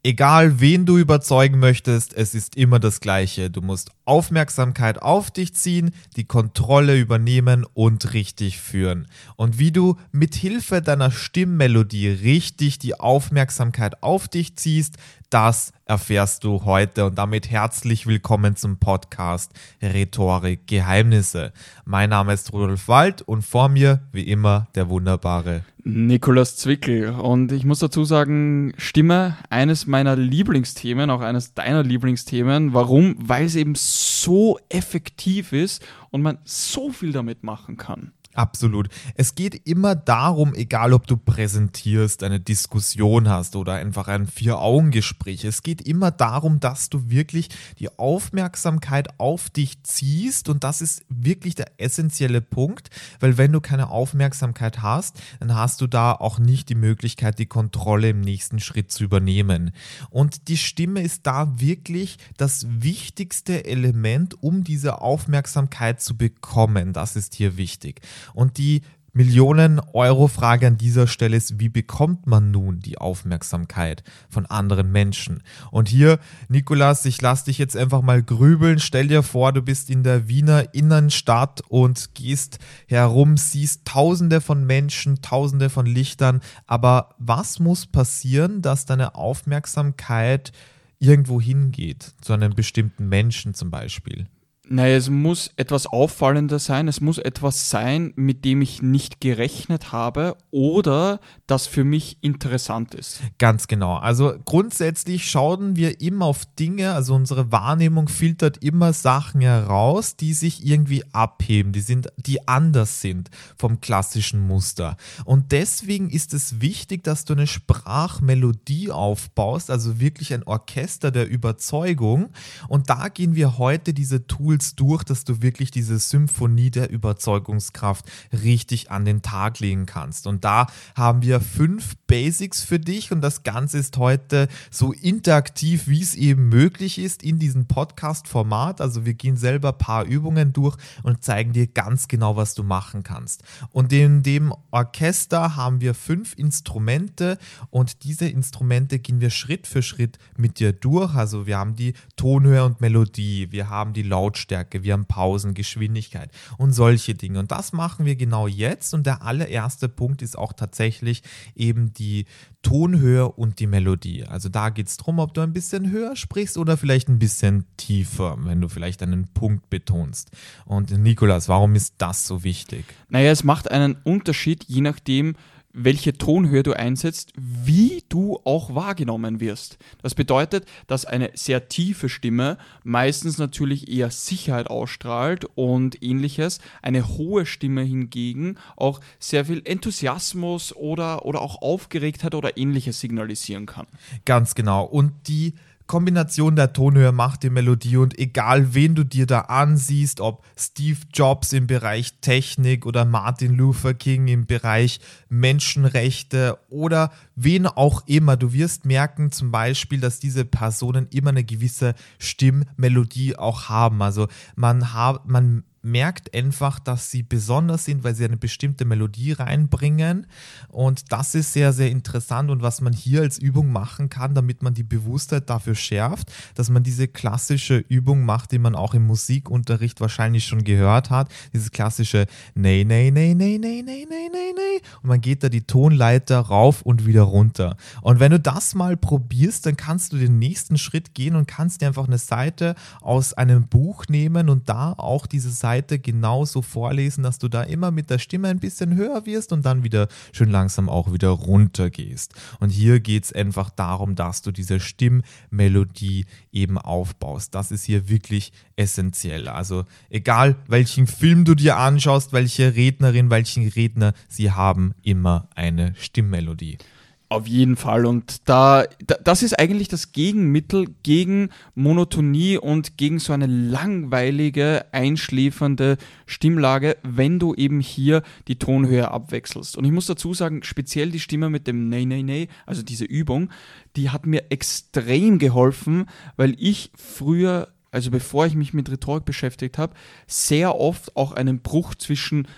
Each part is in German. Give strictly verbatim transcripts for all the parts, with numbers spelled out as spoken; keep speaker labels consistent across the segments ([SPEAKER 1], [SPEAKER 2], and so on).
[SPEAKER 1] Egal, wen du überzeugen möchtest, es ist immer das Gleiche. Du musst Aufmerksamkeit auf dich ziehen, die Kontrolle übernehmen und richtig führen. Und wie du mit Hilfe deiner Stimmmelodie richtig die Aufmerksamkeit auf dich ziehst, das erfährst du heute. Und damit herzlich willkommen zum Podcast Rhetorik Geheimnisse. Mein Name ist Rudolf Wald und vor mir, wie immer, der wunderbare
[SPEAKER 2] Nikolaus Zwickel. Und ich muss dazu sagen, Stimme, eines meiner Lieblingsthemen, auch eines deiner Lieblingsthemen. Warum? Weil es eben so effektiv ist und man so viel damit machen kann.
[SPEAKER 1] Absolut. Es geht immer darum, egal ob du präsentierst, eine Diskussion hast oder einfach ein Vier-Augen-Gespräch. Es geht immer darum, dass du wirklich die Aufmerksamkeit auf dich ziehst und das ist wirklich der essentielle Punkt, weil wenn du keine Aufmerksamkeit hast, dann hast du da auch nicht die Möglichkeit, die Kontrolle im nächsten Schritt zu übernehmen. Und die Stimme ist da wirklich das wichtigste Element, um diese Aufmerksamkeit zu bekommen. Das ist hier wichtig. Und die Millionen-Euro-Frage an dieser Stelle ist, wie bekommt man nun die Aufmerksamkeit von anderen Menschen? Und hier, Nikolaus, ich lasse dich jetzt einfach mal grübeln. Stell dir vor, du bist in der Wiener Innenstadt und gehst herum, siehst Tausende von Menschen, Tausende von Lichtern. Aber was muss passieren, dass deine Aufmerksamkeit irgendwo hingeht? Zu einem bestimmten Menschen zum Beispiel?
[SPEAKER 2] Naja, es muss etwas auffallender sein, es muss etwas sein, mit dem ich nicht gerechnet habe oder das für mich interessant ist.
[SPEAKER 1] Ganz genau. Also grundsätzlich schauen wir immer auf Dinge, also unsere Wahrnehmung filtert immer Sachen heraus, die sich irgendwie abheben, die sind, die anders sind vom klassischen Muster. Und deswegen ist es wichtig, dass du eine Sprachmelodie aufbaust, also wirklich ein Orchester der Überzeugung. Und da gehen wir heute diese Tools durch, dass du wirklich diese Symphonie der Überzeugungskraft richtig an den Tag legen kannst. Und da haben wir fünf Basics für dich und das Ganze ist heute so interaktiv, wie es eben möglich ist in diesem Podcast-Format. Also wir gehen selber ein paar Übungen durch und zeigen dir ganz genau, was du machen kannst. Und in dem Orchester haben wir fünf Instrumente und diese Instrumente gehen wir Schritt für Schritt mit dir durch. Also wir haben die Tonhöhe und Melodie, wir haben die Lautstärke, wir haben Pausen, Geschwindigkeit und solche Dinge. Und das machen wir genau jetzt. Und der allererste Punkt ist auch tatsächlich eben die Tonhöhe und die Melodie. Also da geht es darum, ob du ein bisschen höher sprichst oder vielleicht ein bisschen tiefer, wenn du vielleicht einen Punkt betonst. Und Nikolaus, warum ist das so wichtig?
[SPEAKER 2] Naja, es macht einen Unterschied, je nachdem, welche Tonhöhe du einsetzt, wie du auch wahrgenommen wirst. Das bedeutet, dass eine sehr tiefe Stimme meistens natürlich eher Sicherheit ausstrahlt und ähnliches. Eine hohe Stimme hingegen auch sehr viel Enthusiasmus oder, oder auch Aufgeregtheit oder ähnliches signalisieren kann.
[SPEAKER 1] Ganz genau. Und die Kombination der Tonhöhe macht die Melodie und egal wen du dir da ansiehst, ob Steve Jobs im Bereich Technik oder Martin Luther King im Bereich Menschenrechte oder wen auch immer, du wirst merken zum Beispiel, dass diese Personen immer eine gewisse Stimmmelodie auch haben. Also man hat, man merkt einfach, dass sie besonders sind, weil sie eine bestimmte Melodie reinbringen und das ist sehr, sehr interessant und was man hier als Übung machen kann, damit man die Bewusstheit dafür schärft, dass man diese klassische Übung macht, die man auch im Musikunterricht wahrscheinlich schon gehört hat, dieses klassische Nee, nee, nee, nee, nee, nee, nee, nee, nee und man geht da die Tonleiter rauf und wieder runter und wenn du das mal probierst, dann kannst du den nächsten Schritt gehen und kannst dir einfach eine Seite aus einem Buch nehmen und da auch diese Seite genauso vorlesen, dass du da immer mit der Stimme ein bisschen höher wirst und dann wieder schön langsam auch wieder runter gehst. Und hier geht es einfach darum, dass du diese Stimmmelodie eben aufbaust. Das ist hier wirklich essentiell. Also egal, welchen Film du dir anschaust, welche Rednerin, welchen Redner, sie haben immer eine Stimmmelodie.
[SPEAKER 2] Auf jeden Fall. Und da, da, das ist eigentlich das Gegenmittel gegen Monotonie und gegen so eine langweilige, einschläfernde Stimmlage, wenn du eben hier die Tonhöhe abwechselst. Und ich muss dazu sagen, speziell die Stimme mit dem Nee, Nee, Nee, also diese Übung, die hat mir extrem geholfen, weil ich früher, also bevor ich mich mit Rhetorik beschäftigt habe, sehr oft auch einen Bruch zwischen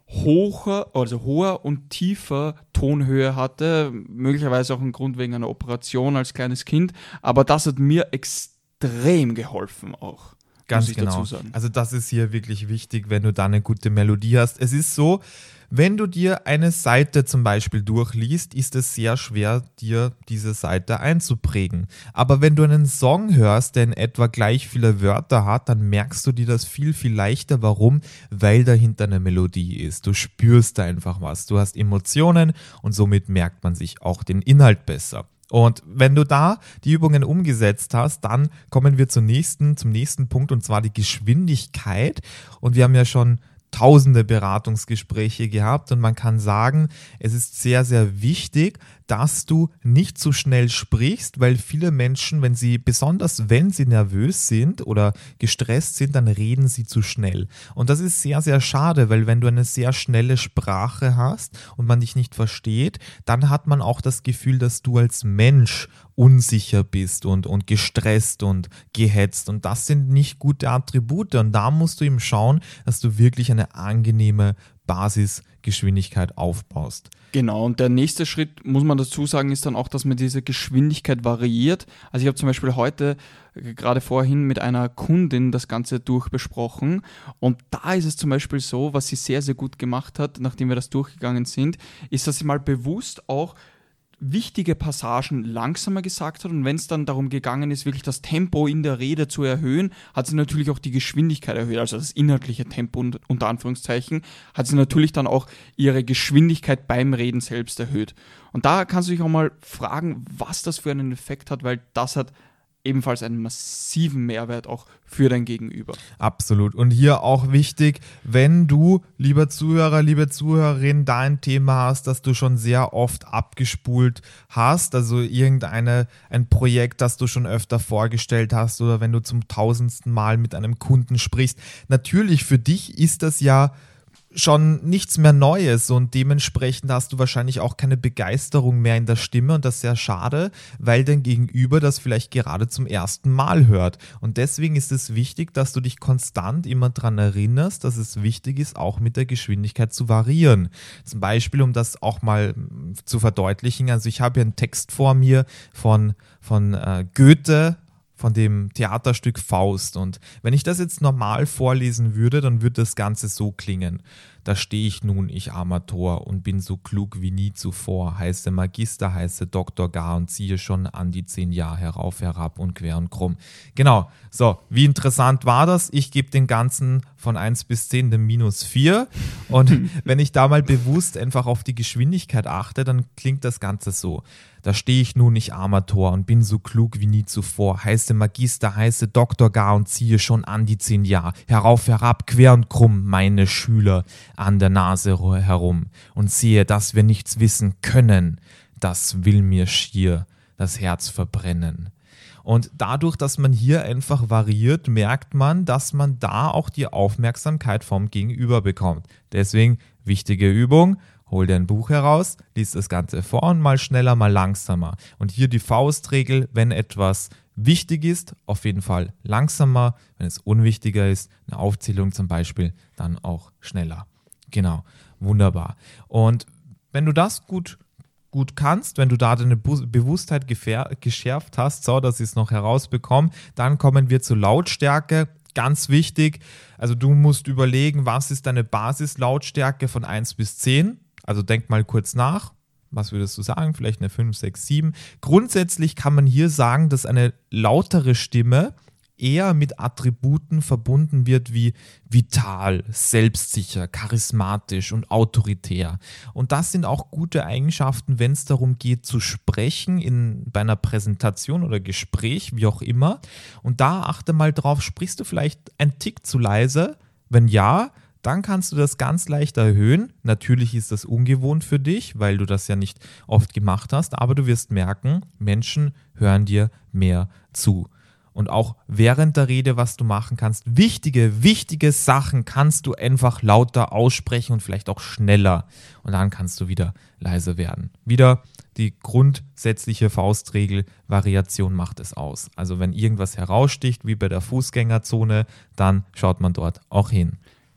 [SPEAKER 2] hoher, also hoher und tiefer Tonhöhe hatte, möglicherweise auch ein Grund wegen einer Operation als kleines Kind, aber das hat mir extrem geholfen auch.
[SPEAKER 1] Ganz
[SPEAKER 2] muss ich
[SPEAKER 1] genau.
[SPEAKER 2] dazu sagen.
[SPEAKER 1] Also das ist hier wirklich wichtig, wenn du da eine gute Melodie hast. Es ist so, wenn du dir eine Seite zum Beispiel durchliest, ist es sehr schwer, dir diese Seite einzuprägen. Aber wenn du einen Song hörst, der in etwa gleich viele Wörter hat, dann merkst du dir das viel, viel leichter. Warum? Weil dahinter eine Melodie ist. Du spürst da einfach was. Du hast Emotionen und somit merkt man sich auch den Inhalt besser. Und wenn du da die Übungen umgesetzt hast, dann kommen wir zum nächsten, zum nächsten Punkt, und zwar die Geschwindigkeit. Und wir haben ja schon tausende Beratungsgespräche gehabt und man kann sagen, es ist sehr, sehr wichtig, dass du nicht zu schnell sprichst, weil viele Menschen, wenn sie, besonders wenn sie nervös sind oder gestresst sind, dann reden sie zu schnell. Und das ist sehr, sehr schade, weil wenn du eine sehr schnelle Sprache hast und man dich nicht versteht, dann hat man auch das Gefühl, dass du als Mensch unsicher bist und, und gestresst und gehetzt. Und das sind nicht gute Attribute. Und da musst du eben schauen, dass du wirklich eine angenehme Basisgeschwindigkeit aufbaust.
[SPEAKER 2] Genau, und der nächste Schritt, muss man dazu sagen, ist dann auch, dass man diese Geschwindigkeit variiert. Also ich habe zum Beispiel heute äh, gerade vorhin mit einer Kundin das Ganze durchbesprochen und da ist es zum Beispiel so, was sie sehr, sehr gut gemacht hat, nachdem wir das durchgegangen sind, ist, dass sie mal bewusst auch wichtige Passagen langsamer gesagt hat und wenn es dann darum gegangen ist, wirklich das Tempo in der Rede zu erhöhen, hat sie natürlich auch die Geschwindigkeit erhöht, also das inhaltliche Tempo unter Anführungszeichen, hat sie natürlich dann auch ihre Geschwindigkeit beim Reden selbst erhöht. Und da kannst du dich auch mal fragen, was das für einen Effekt hat, weil das hat ebenfalls einen massiven Mehrwert auch für dein Gegenüber.
[SPEAKER 1] Absolut. Und hier auch wichtig, wenn du, lieber Zuhörer, liebe Zuhörerin, da ein Thema hast, das du schon sehr oft abgespult hast, also irgendeine ein Projekt, das du schon öfter vorgestellt hast oder wenn du zum tausendsten Mal mit einem Kunden sprichst, natürlich für dich ist das ja schon nichts mehr Neues und dementsprechend hast du wahrscheinlich auch keine Begeisterung mehr in der Stimme und das ist sehr schade, weil dein Gegenüber das vielleicht gerade zum ersten Mal hört. Und deswegen ist es wichtig, dass du dich konstant immer daran erinnerst, dass es wichtig ist, auch mit der Geschwindigkeit zu variieren. Zum Beispiel, um das auch mal zu verdeutlichen, also ich habe hier einen Text vor mir von, von äh, Goethe, von dem Theaterstück Faust. Und wenn ich das jetzt normal vorlesen würde, dann würde das Ganze so klingen. Da stehe ich nun, ich armer Tor, und bin so klug wie nie zuvor. Heiße Magister, heiße Doktor gar und ziehe schon an die zehn Jahre herauf, herab und quer und krumm. Genau, so, wie interessant war das? Ich gebe den Ganzen von eins bis zehn eine minus vier. Und wenn ich da mal bewusst einfach auf die Geschwindigkeit achte, dann klingt das Ganze so. Da stehe ich nun, ich armer Tor, und bin so klug wie nie zuvor. Heiße Magister, heiße Doktor gar und ziehe schon an die zehn Jahre. Herauf, herab, quer und krumm, meine Schüler an der Nase herum. Und sehe, dass wir nichts wissen können. Das will mir schier das Herz verbrennen. Und dadurch, dass man hier einfach variiert, merkt man, dass man da auch die Aufmerksamkeit vom Gegenüber bekommt. Deswegen wichtige Übung. Hol dir ein Buch heraus, lies das Ganze vor und mal schneller, mal langsamer. Und hier die Faustregel, wenn etwas wichtig ist, auf jeden Fall langsamer. Wenn es unwichtiger ist, eine Aufzählung zum Beispiel, dann auch schneller. Genau, wunderbar. Und wenn du das gut, gut kannst, wenn du da deine Bu- Bewusstheit gefähr- geschärft hast, so dass ich es noch herausbekomme, dann kommen wir zur Lautstärke. Ganz wichtig, also du musst überlegen, was ist deine Basislautstärke von eins bis zehn. Also denk mal kurz nach, was würdest du sagen? Vielleicht eine fünf, sechs, sieben. Grundsätzlich kann man hier sagen, dass eine lautere Stimme eher mit Attributen verbunden wird wie vital, selbstsicher, charismatisch und autoritär. Und das sind auch gute Eigenschaften, wenn es darum geht zu sprechen in, bei einer Präsentation oder Gespräch, wie auch immer. Und da achte mal drauf, sprichst du vielleicht ein Tick zu leise? Wenn ja, dann kannst du das ganz leicht erhöhen. Natürlich ist das ungewohnt für dich, weil du das ja nicht oft gemacht hast, aber du wirst merken, Menschen hören dir mehr zu. Und auch während der Rede, was du machen kannst, wichtige, wichtige Sachen kannst du einfach lauter aussprechen und vielleicht auch schneller. Und dann kannst du wieder leiser werden. Wieder die grundsätzliche Faustregel, Variation macht es aus. Also wenn irgendwas heraussticht, wie bei der Fußgängerzone, dann schaut man dort auch hin.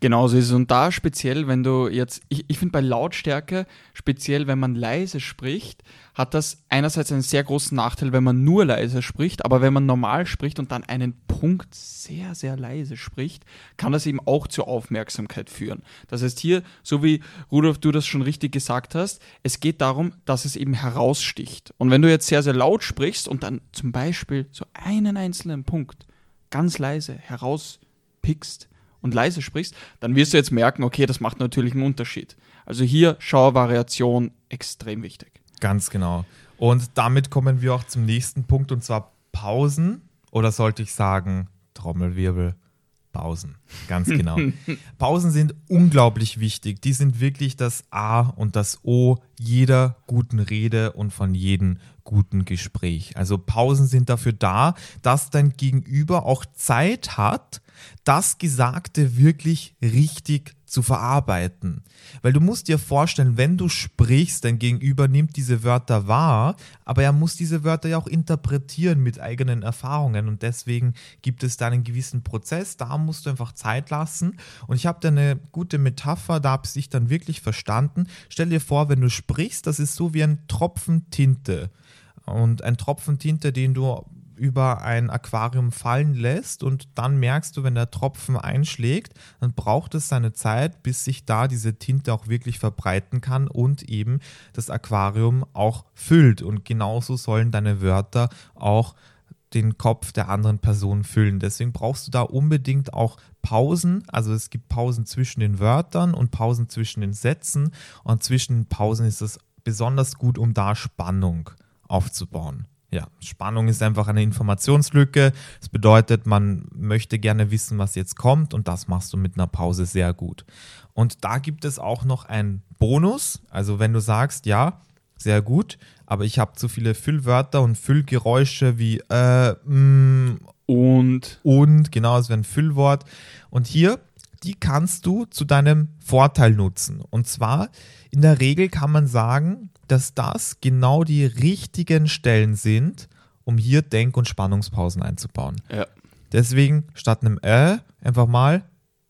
[SPEAKER 2] Genauso ist es. Und da speziell, wenn du jetzt, ich, ich finde bei Lautstärke, speziell wenn man leise spricht, hat das einerseits einen sehr großen Nachteil, wenn man nur leise spricht, aber wenn man normal spricht und dann einen Punkt sehr, sehr leise spricht, kann das eben auch zur Aufmerksamkeit führen. Das heißt hier, so wie Rudolf, du das schon richtig gesagt hast, es geht darum, dass es eben heraussticht. Und wenn du jetzt sehr, sehr laut sprichst und dann zum Beispiel so einen einzelnen Punkt ganz leise herauspickst und leise sprichst, dann wirst du jetzt merken, okay, das macht natürlich einen Unterschied. Also hier Schauervariation extrem wichtig.
[SPEAKER 1] Ganz genau. Und damit kommen wir auch zum nächsten Punkt, und zwar Pausen. Oder sollte ich sagen, Trommelwirbel, Pausen. Ganz genau. Pausen sind unglaublich wichtig. Die sind wirklich das A und das O jeder guten Rede und von jedem guten Gespräch. Also Pausen sind dafür da, dass dein Gegenüber auch Zeit hat, das Gesagte wirklich richtig zu verarbeiten. Weil du musst dir vorstellen, wenn du sprichst, dein Gegenüber nimmt diese Wörter wahr, aber er muss diese Wörter ja auch interpretieren mit eigenen Erfahrungen, und deswegen gibt es da einen gewissen Prozess, da musst du einfach Zeit lassen. Und ich habe da eine gute Metapher, da habe ich dann wirklich verstanden. Stell dir vor, wenn du sprichst, das ist so wie ein Tropfen Tinte. Und ein Tropfen Tinte, den du über ein Aquarium fallen lässt, und dann merkst du, wenn der Tropfen einschlägt, dann braucht es seine Zeit, bis sich da diese Tinte auch wirklich verbreiten kann und eben das Aquarium auch füllt. Und genauso sollen deine Wörter auch den Kopf der anderen Person füllen. Deswegen brauchst du da unbedingt auch Pausen. Also es gibt Pausen zwischen den Wörtern und Pausen zwischen den Sätzen, und zwischen den Pausen ist es besonders gut, um da Spannung aufzubauen. Ja, Spannung ist einfach eine Informationslücke. Das bedeutet, man möchte gerne wissen, was jetzt kommt, und das machst du mit einer Pause sehr gut. Und da gibt es auch noch einen Bonus. Also wenn du sagst, ja, sehr gut, aber ich habe zu viele Füllwörter und Füllgeräusche wie äh, mm,
[SPEAKER 2] und,
[SPEAKER 1] und, genau, es wäre ein Füllwort. Und hier, die kannst du zu deinem Vorteil nutzen. Und zwar, in der Regel kann man sagen, dass das genau die richtigen Stellen sind, um hier Denk- und Spannungspausen einzubauen.
[SPEAKER 2] Ja.
[SPEAKER 1] Deswegen statt einem Äh einfach mal,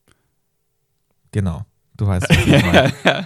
[SPEAKER 1] genau, du weißt, was ich meine.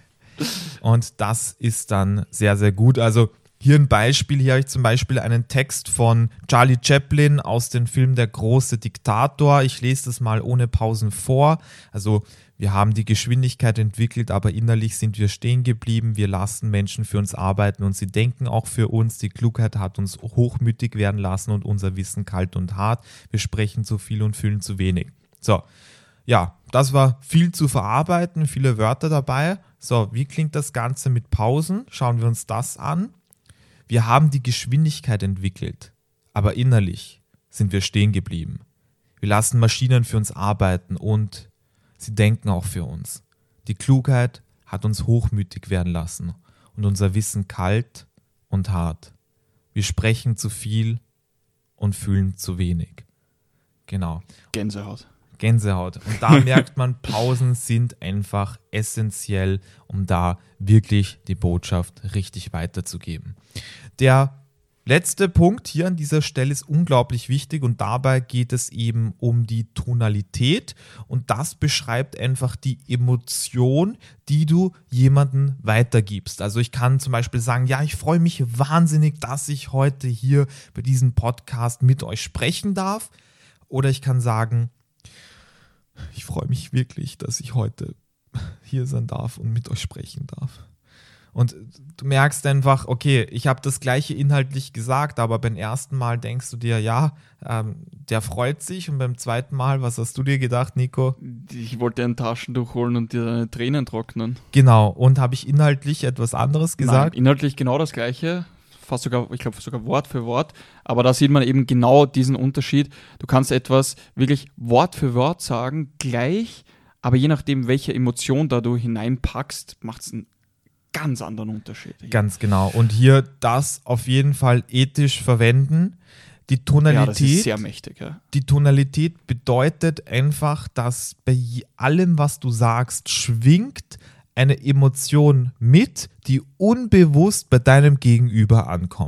[SPEAKER 1] Und das ist dann sehr, sehr gut. Also hier ein Beispiel, hier habe ich zum Beispiel einen Text von Charlie Chaplin aus dem Film Der große Diktator. Ich lese das mal ohne Pausen vor. Also wir haben die Geschwindigkeit entwickelt, aber innerlich sind wir stehen geblieben. Wir lassen Menschen für uns arbeiten und sie denken auch für uns. Die Klugheit hat uns hochmütig werden lassen und unser Wissen kalt und hart. Wir sprechen zu viel und fühlen zu wenig. So, ja, das war viel zu verarbeiten, viele Wörter dabei. So, wie klingt das Ganze mit Pausen? Schauen wir uns das an. Wir haben die Geschwindigkeit entwickelt, aber innerlich sind wir stehen geblieben. Wir lassen Maschinen für uns arbeiten und sie denken auch für uns. Die Klugheit hat uns hochmütig werden lassen und unser Wissen kalt und hart. Wir sprechen zu viel und fühlen zu wenig. Genau.
[SPEAKER 2] Gänsehaut.
[SPEAKER 1] Gänsehaut. Und da merkt man, Pausen sind einfach essentiell, um da wirklich die Botschaft richtig weiterzugeben. Der letzte Punkt hier an dieser Stelle ist unglaublich wichtig, und dabei geht es eben um die Tonalität, und das beschreibt einfach die Emotion, die du jemandem weitergibst. Also ich kann zum Beispiel sagen, ja, ich freue mich wahnsinnig, dass ich heute hier bei diesem Podcast mit euch sprechen darf, oder ich kann sagen, ich freue mich wirklich, dass ich heute hier sein darf und mit euch sprechen darf. Und du merkst einfach, okay, ich habe das Gleiche inhaltlich gesagt, aber beim ersten Mal denkst du dir, ja, ähm, der freut sich, und beim zweiten Mal, was hast du dir gedacht, Nico?
[SPEAKER 2] Ich wollte ein Taschentuch holen und dir deine Tränen trocknen.
[SPEAKER 1] Genau, und habe ich inhaltlich etwas anderes gesagt?
[SPEAKER 2] Nein, inhaltlich genau das Gleiche. Fast sogar, ich glaube sogar Wort für Wort, aber da sieht man eben genau diesen Unterschied. Du kannst etwas wirklich Wort für Wort sagen, gleich, aber je nachdem, welche Emotion da du hineinpackst, macht es einen ganz anderen Unterschied.
[SPEAKER 1] Ganz genau. Und hier das auf jeden Fall ethisch verwenden. Die Tonalität,
[SPEAKER 2] ja, das ist sehr mächtig, ja.
[SPEAKER 1] Die Tonalität bedeutet einfach, dass bei allem, was du sagst, schwingt eine Emotion mit, die unbewusst bei deinem Gegenüber ankommt.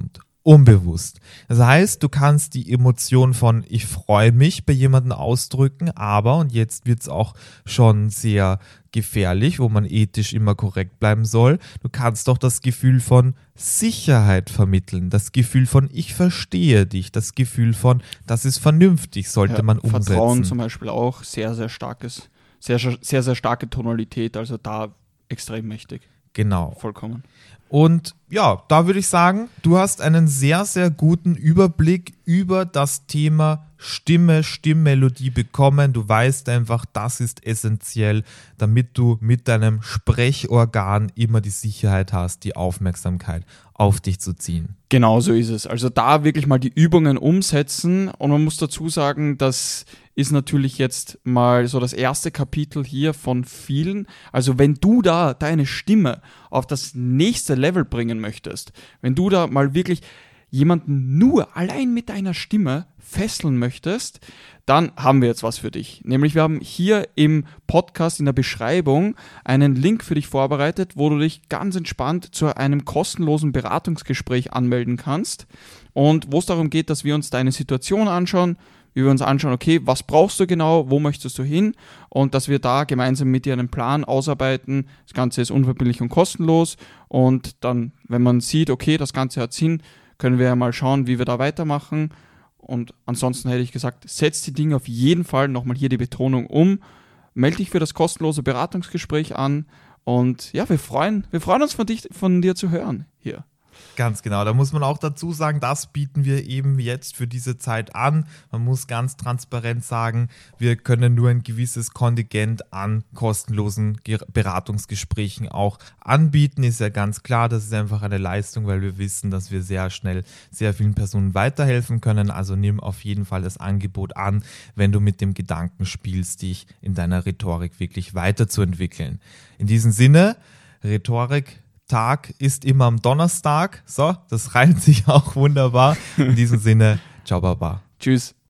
[SPEAKER 1] unbewusst. Das heißt, du kannst die Emotion von ich freue mich bei jemandem ausdrücken, aber, und jetzt wird es auch schon sehr gefährlich, wo man ethisch immer korrekt bleiben soll, du kannst doch das Gefühl von Sicherheit vermitteln, das Gefühl von ich verstehe dich, das Gefühl von das ist vernünftig, sollte
[SPEAKER 2] Ja,
[SPEAKER 1] man umsetzen.
[SPEAKER 2] Vertrauen zum Beispiel auch, sehr, sehr starkes, sehr, sehr, sehr starke Tonalität, also da extrem mächtig.
[SPEAKER 1] Genau.
[SPEAKER 2] Vollkommen.
[SPEAKER 1] Und ja, da würde ich sagen, du hast einen sehr, sehr guten Überblick über das Thema Stimme, Stimmmelodie bekommen. Du weißt einfach, das ist essentiell, damit du mit deinem Sprechorgan immer die Sicherheit hast, die Aufmerksamkeit auf dich zu ziehen.
[SPEAKER 2] Genau so ist es. Also da wirklich mal die Übungen umsetzen und man muss dazu sagen, das ist natürlich jetzt mal so das erste Kapitel hier von vielen. Also wenn du da deine Stimme auf das nächste Level bringen möchtest, wenn du da mal wirklich jemanden nur allein mit deiner Stimme fesseln möchtest, dann haben wir jetzt was für dich. Nämlich wir haben hier im Podcast in der Beschreibung einen Link für dich vorbereitet, wo du dich ganz entspannt zu einem kostenlosen Beratungsgespräch anmelden kannst und wo es darum geht, dass wir uns deine Situation anschauen, wie wir uns anschauen, okay, was brauchst du genau, wo möchtest du hin und dass wir da gemeinsam mit dir einen Plan ausarbeiten. Das Ganze ist unverbindlich und kostenlos und dann, wenn man sieht, okay, das Ganze hat Sinn, können wir ja mal schauen, wie wir da weitermachen. Und ansonsten hätte ich gesagt, setz die Dinge auf jeden Fall, nochmal hier die Betonung um, melde dich für das kostenlose Beratungsgespräch an und ja, wir freuen, wir freuen uns von, dich, von dir zu hören hier.
[SPEAKER 1] Ganz genau, da muss man auch dazu sagen, das bieten wir eben jetzt für diese Zeit an. Man muss ganz transparent sagen, wir können nur ein gewisses Kontingent an kostenlosen Beratungsgesprächen auch anbieten. Ist ja ganz klar, das ist einfach eine Leistung, weil wir wissen, dass wir sehr schnell sehr vielen Personen weiterhelfen können. Also nimm auf jeden Fall das Angebot an, wenn du mit dem Gedanken spielst, dich in deiner Rhetorik wirklich weiterzuentwickeln. In diesem Sinne, Rhetorik Tag ist immer am Donnerstag. So, das reimt sich auch wunderbar. In diesem Sinne, ciao, baba.
[SPEAKER 2] Tschüss.